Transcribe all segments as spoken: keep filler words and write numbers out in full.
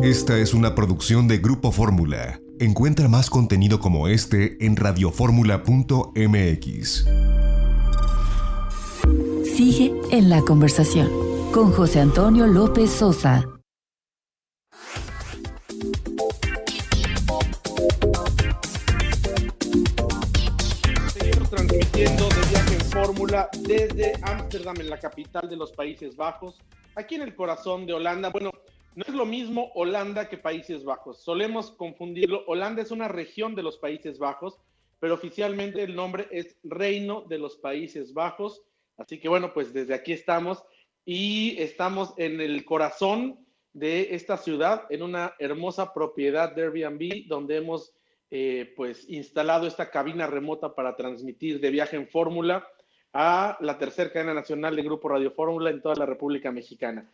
Esta es una producción de Grupo Fórmula. Encuentra más contenido como este en radioformula punto m x. Sigue en la conversación con José Antonio López Sosa. Seguimos transmitiendo de Viaje en Fórmula desde Ámsterdam, en la capital de los Países Bajos, aquí en el corazón de Holanda. Bueno, no es lo mismo Holanda que Países Bajos. Solemos confundirlo. Holanda es una región de los Países Bajos, pero oficialmente el nombre es Reino de los Países Bajos. Así que bueno, pues desde aquí estamos y estamos en el corazón de esta ciudad, en una hermosa propiedad de Airbnb, donde hemos eh, pues instalado esta cabina remota para transmitir de Viaje en Fórmula a la tercera cadena nacional de Grupo Radio Fórmula en toda la República Mexicana.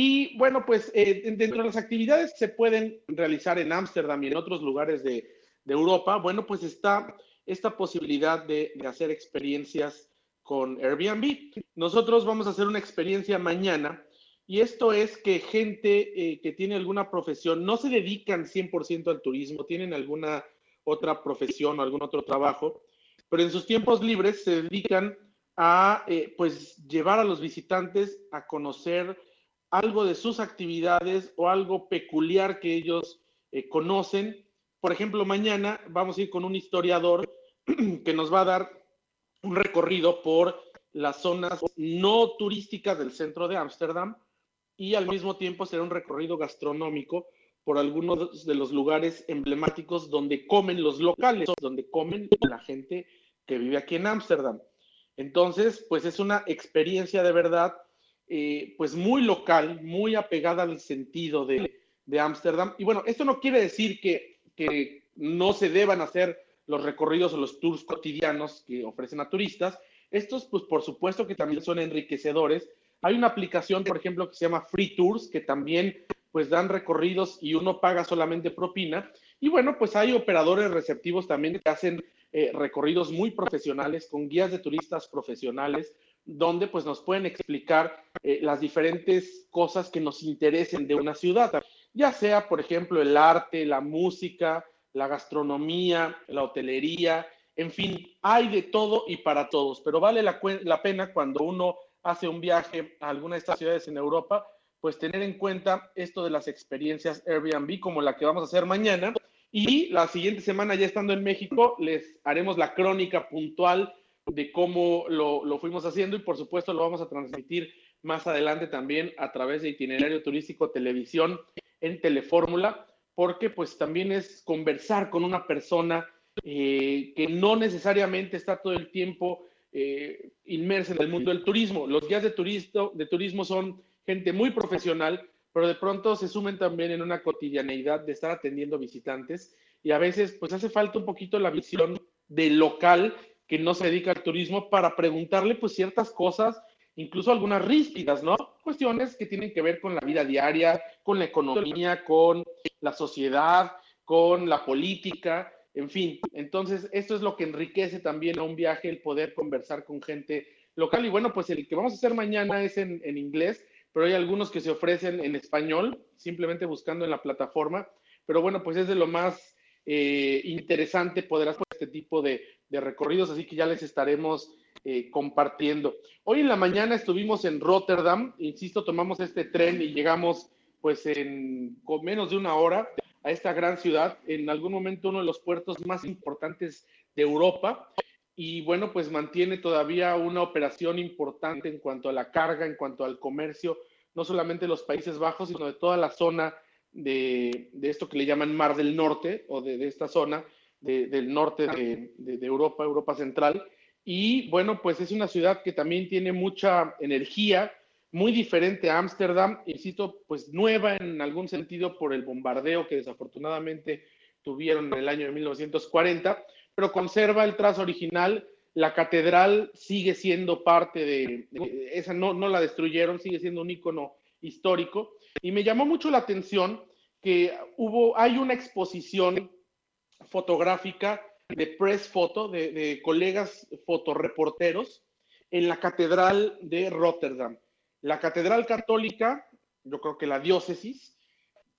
Y bueno, pues eh, dentro de las actividades que se pueden realizar en Ámsterdam y en otros lugares de, de Europa, bueno, pues está esta posibilidad de, de hacer experiencias con Airbnb. Nosotros vamos a hacer una experiencia mañana y esto es que gente eh, que tiene alguna profesión, no se dedican cien por ciento al turismo, tienen alguna otra profesión o algún otro trabajo, pero en sus tiempos libres se dedican a eh, pues llevar a los visitantes a conocer algo de sus actividades o algo peculiar que ellos eh, conocen. Por ejemplo, mañana vamos a ir con un historiador que nos va a dar un recorrido por las zonas no turísticas del centro de Ámsterdam y al mismo tiempo será un recorrido gastronómico por algunos de los lugares emblemáticos donde comen los locales, donde comen la gente que vive aquí en Ámsterdam. Entonces, pues es una experiencia de verdad Eh, pues muy local, muy apegada al sentido de Ámsterdam. Y bueno, esto no quiere decir que, que no se deban hacer los recorridos o los tours cotidianos que ofrecen a turistas. Estos, pues por supuesto que también son enriquecedores. Hay una aplicación, por ejemplo, que se llama Free Tours, que también pues dan recorridos y uno paga solamente propina. Y bueno, pues hay operadores receptivos también que hacen eh, recorridos muy profesionales, con guías de turistas profesionales, donde pues nos pueden explicar eh, las diferentes cosas que nos interesen de una ciudad, ya sea, por ejemplo, el arte, la música, la gastronomía, la hotelería, en fin, hay de todo y para todos, pero vale la, la pena cuando uno hace un viaje a alguna de estas ciudades en Europa, pues tener en cuenta esto de las experiencias Airbnb como la que vamos a hacer mañana, y la siguiente semana, ya estando en México, les haremos la crónica puntual de cómo lo, lo fuimos haciendo y por supuesto lo vamos a transmitir más adelante también a través de Itinerario Turístico Televisión en Telefórmula, porque pues también es conversar con una persona eh, que no necesariamente está todo el tiempo eh, inmersa en el mundo del turismo. Los guías de, turisto, de turismo son gente muy profesional, pero de pronto se sumen también en una cotidianeidad de estar atendiendo visitantes y a veces pues hace falta un poquito la visión del local que no se dedica al turismo para preguntarle pues ciertas cosas, incluso algunas ríspidas, ¿no? Cuestiones que tienen que ver con la vida diaria, con la economía, con la sociedad, con la política, en fin. Entonces, esto es lo que enriquece también a un viaje, el poder conversar con gente local. Y bueno, pues el que vamos a hacer mañana es en, en inglés, pero hay algunos que se ofrecen en español, simplemente buscando en la plataforma. Pero bueno, pues es de lo más eh, interesante poder hacer este tipo de de recorridos, así que ya les estaremos eh, compartiendo. Hoy en la mañana estuvimos en Rotterdam, insisto, tomamos este tren y llegamos pues en con menos de una hora a esta gran ciudad, en algún momento uno de los puertos más importantes de Europa, y bueno, pues mantiene todavía una operación importante en cuanto a la carga, en cuanto al comercio, no solamente de los Países Bajos, sino de toda la zona de, de esto que le llaman Mar del Norte, o de, de esta zona, De, del norte de, de, de Europa, Europa Central, y bueno, pues es una ciudad que también tiene mucha energía, muy diferente a Ámsterdam, insisto, pues nueva en algún sentido por el bombardeo que desafortunadamente tuvieron en el año de mil novecientos cuarenta, pero conserva el trazo original. La catedral sigue siendo parte de, de esa, no, no la destruyeron, sigue siendo un ícono histórico, y me llamó mucho la atención que hubo, hay una exposición fotográfica de press photo, de, de colegas fotoreporteros en la catedral de Rotterdam. La catedral católica, yo creo que la diócesis,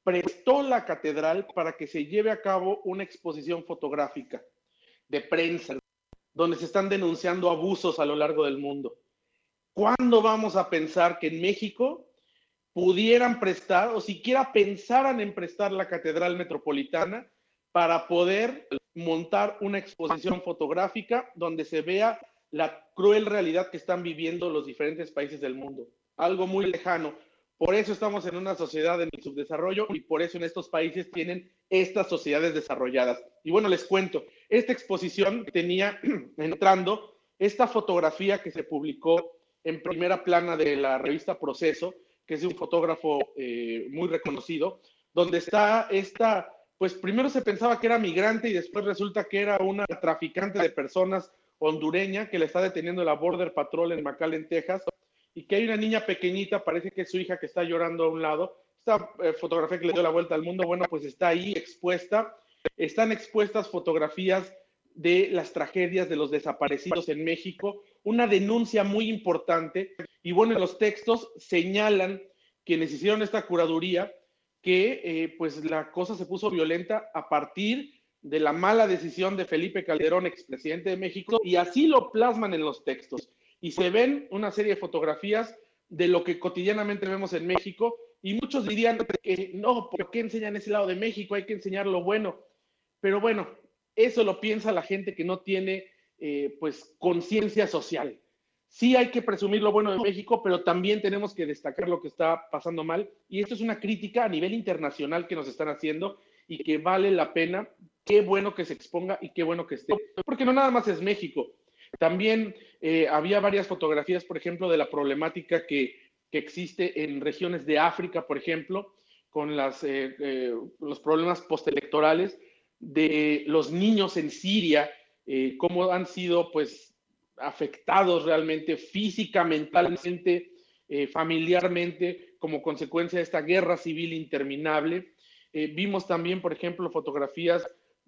prestó la catedral para que se lleve a cabo una exposición fotográfica de prensa, donde se están denunciando abusos a lo largo del mundo. ¿Cuándo vamos a pensar que en México pudieran prestar o siquiera pensaran en prestar la Catedral Metropolitana para poder montar una exposición fotográfica donde se vea la cruel realidad que están viviendo los diferentes países del mundo? Algo muy lejano. Por eso estamos en una sociedad en el subdesarrollo y por eso en estos países tienen estas sociedades desarrolladas. Y bueno, les cuento, esta exposición tenía entrando esta fotografía que se publicó en primera plana de la revista Proceso, que es de un fotógrafo eh, muy reconocido, donde está esta, pues primero se pensaba que era migrante y después resulta que era una traficante de personas hondureña que le está deteniendo la Border Patrol en McAllen, Texas, y que hay una niña pequeñita, parece que es su hija, que está llorando a un lado. Esta eh, fotografía que le dio la vuelta al mundo, bueno, pues está ahí expuesta. Están expuestas fotografías de las tragedias de los desaparecidos en México, una denuncia muy importante, y bueno, en los textos señalan quienes hicieron esta curaduría que eh, pues la cosa se puso violenta a partir de la mala decisión de Felipe Calderón, expresidente de México, y así lo plasman en los textos. Y se ven una serie de fotografías de lo que cotidianamente vemos en México, y muchos dirían que no, ¿por qué enseñan ese lado de México? Hay que enseñar lo bueno. Pero bueno, eso lo piensa la gente que no tiene eh, pues conciencia social. Sí hay que presumir lo bueno de México, pero también tenemos que destacar lo que está pasando mal, y esto es una crítica a nivel internacional que nos están haciendo y que vale la pena. Qué bueno que se exponga y qué bueno que esté, porque no nada más es México. También eh, había varias fotografías, por ejemplo, de la problemática que, que existe en regiones de África, por ejemplo, con las, eh, eh, los problemas postelectorales de los niños en Siria, eh, cómo han sido pues afectados realmente física, mentalmente, eh, familiarmente, como consecuencia de esta guerra civil interminable. Eh, vimos también, por ejemplo, fotografías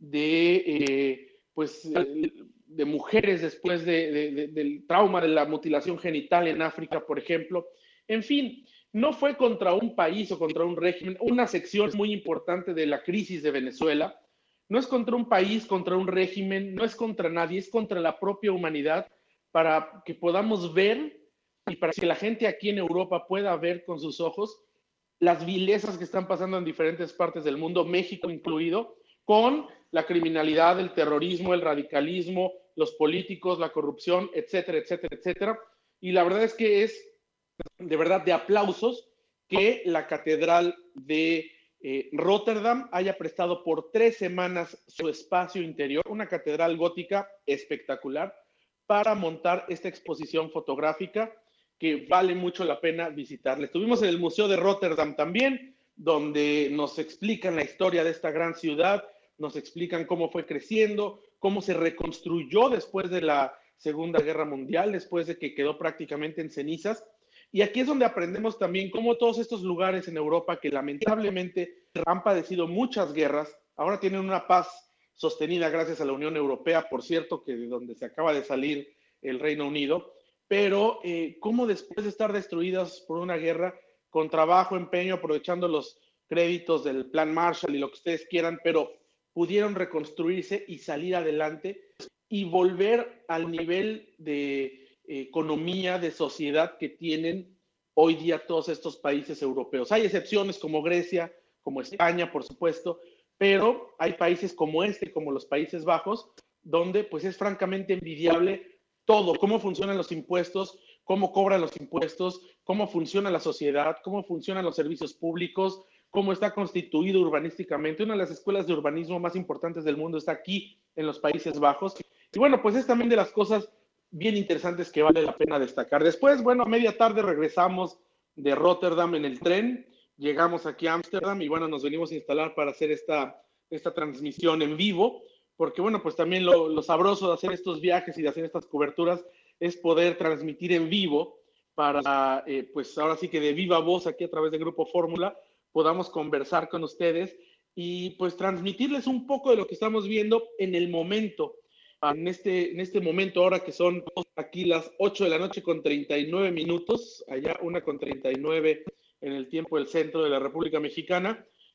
de eh, pues eh, de mujeres después de, de, de, del trauma de la mutilación genital en África, por ejemplo. En fin, no fue contra un país o contra un régimen, una sección muy importante de la crisis de Venezuela. No es contra un país, contra un régimen, no es contra nadie, es contra la propia humanidad, para que podamos ver y para que la gente aquí en Europa pueda ver con sus ojos las vilezas que están pasando en diferentes partes del mundo, México incluido, con la criminalidad, el terrorismo, el radicalismo, los políticos, la corrupción, etcétera, etcétera, etcétera. Y la verdad es que es de verdad de aplausos que la Catedral de eh, Rotterdam haya prestado por tres semanas su espacio interior, una catedral gótica espectacular, para montar esta exposición fotográfica que vale mucho la pena visitarla. Estuvimos en el Museo de Rotterdam también, donde nos explican la historia de esta gran ciudad, nos explican cómo fue creciendo, cómo se reconstruyó después de la Segunda Guerra Mundial, después de que quedó prácticamente en cenizas. Y aquí es donde aprendemos también cómo todos estos lugares en Europa que lamentablemente han padecido muchas guerras, ahora tienen una paz sostenida gracias a la Unión Europea, por cierto, que de donde se acaba de salir el Reino Unido, pero eh, cómo después de estar destruidas por una guerra, con trabajo, empeño, aprovechando los créditos del Plan Marshall y lo que ustedes quieran, pero pudieron reconstruirse y salir adelante y volver al nivel de eh, economía, de sociedad que tienen hoy día todos estos países europeos. Hay excepciones como Grecia, como España, por supuesto, pero hay países como este, como los Países Bajos, donde pues es francamente envidiable todo, cómo funcionan los impuestos, cómo cobran los impuestos, cómo funciona la sociedad, cómo funcionan los servicios públicos, cómo está constituido urbanísticamente. Una de las escuelas de urbanismo más importantes del mundo está aquí en los Países Bajos. Y bueno, pues es también de las cosas bien interesantes que vale la pena destacar. Después, bueno, a media tarde regresamos de Rotterdam en el tren, llegamos aquí a Ámsterdam y bueno, nos venimos a instalar para hacer esta, esta transmisión en vivo, porque bueno, pues también lo, lo sabroso de hacer estos viajes y de hacer estas coberturas es poder transmitir en vivo para, eh, pues ahora sí que de viva voz aquí a través de Grupo Fórmula, podamos conversar con ustedes y pues transmitirles un poco de lo que estamos viendo en el momento, en este, en este momento ahora que son aquí las ocho de la noche con treinta y nueve minutos, allá una con treinta y nueve en el tiempo del centro de la República Mexicana.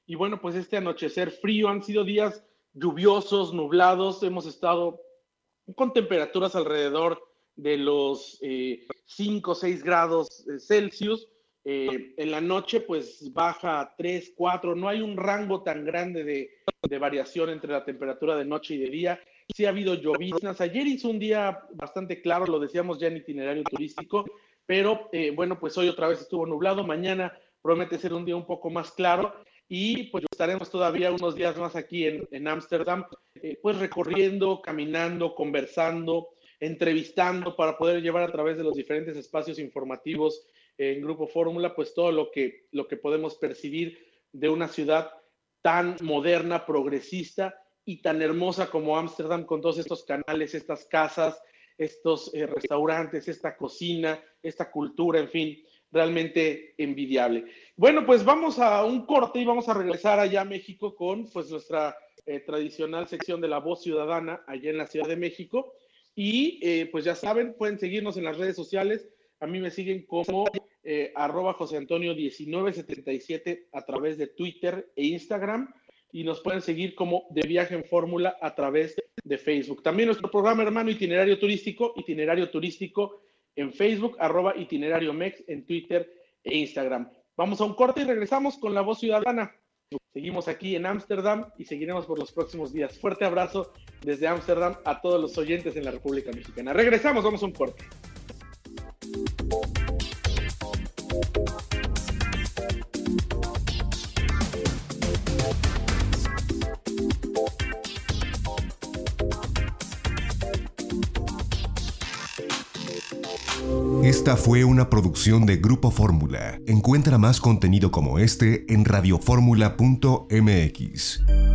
y bueno, pues este anochecer frío, han sido días lluviosos, nublados, hemos estado con temperaturas alrededor de los eh, cinco o seis grados Celsius. Eh, en la noche pues baja a tres, cuatro, no hay un rango tan grande de, de variación entre la temperatura de noche y de día. Sí ha habido lloviznas, ayer hizo un día bastante claro, lo decíamos ya en itinerario turístico, pero eh, bueno, pues hoy otra vez estuvo nublado, mañana promete ser un día un poco más claro y pues estaremos todavía unos días más aquí en Ámsterdam, eh, pues recorriendo, caminando, conversando, entrevistando para poder llevar a través de los diferentes espacios informativos en Grupo Fórmula, pues todo lo que, lo que podemos percibir de una ciudad tan moderna, progresista y tan hermosa como Ámsterdam, con todos estos canales, estas casas, estos eh, restaurantes, esta cocina, esta cultura, en fin, realmente envidiable. Bueno, pues vamos a un corte y vamos a regresar allá a México con pues nuestra eh, tradicional sección de La Voz Ciudadana allá en la Ciudad de México. Y eh, pues ya saben, pueden seguirnos en las redes sociales. A mí me siguen como eh, arroba José Antonio diecinueve setenta y siete a través de Twitter e Instagram, y nos pueden seguir como De Viaje en Fórmula a través de Facebook. También nuestro programa hermano Itinerario Turístico, Itinerario Turístico en Facebook, arroba Itinerario Mex en Twitter e Instagram. Vamos a un corte y regresamos con La Voz Ciudadana. Seguimos aquí en Ámsterdam y seguiremos por los próximos días. Fuerte abrazo desde Ámsterdam a todos los oyentes en la República Mexicana. Regresamos, vamos a un corte. Esta fue una producción de Grupo Fórmula. Encuentra más contenido como este en radio fórmula punto m x.